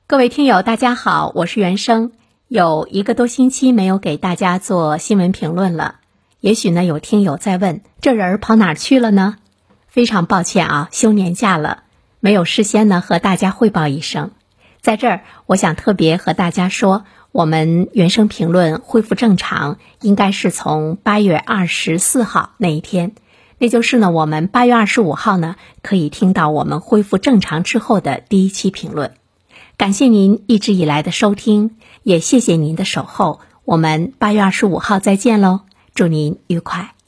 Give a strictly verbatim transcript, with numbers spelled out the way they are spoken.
各位听友大家好，我是袁生。有一个多星期没有给大家做新闻评论了，也许呢有听友在问，这人跑哪儿去了呢？非常抱歉啊，休年假了，没有事先呢和大家汇报一声。在这儿我想特别和大家说，我们原声评论恢复正常应该是从八月二十四号那一天，那就是呢我们八月二十五号呢可以听到我们恢复正常之后的第一期评论。感谢您一直以来的收听，也谢谢您的守候，我们八月二十五号再见喽，祝您愉快。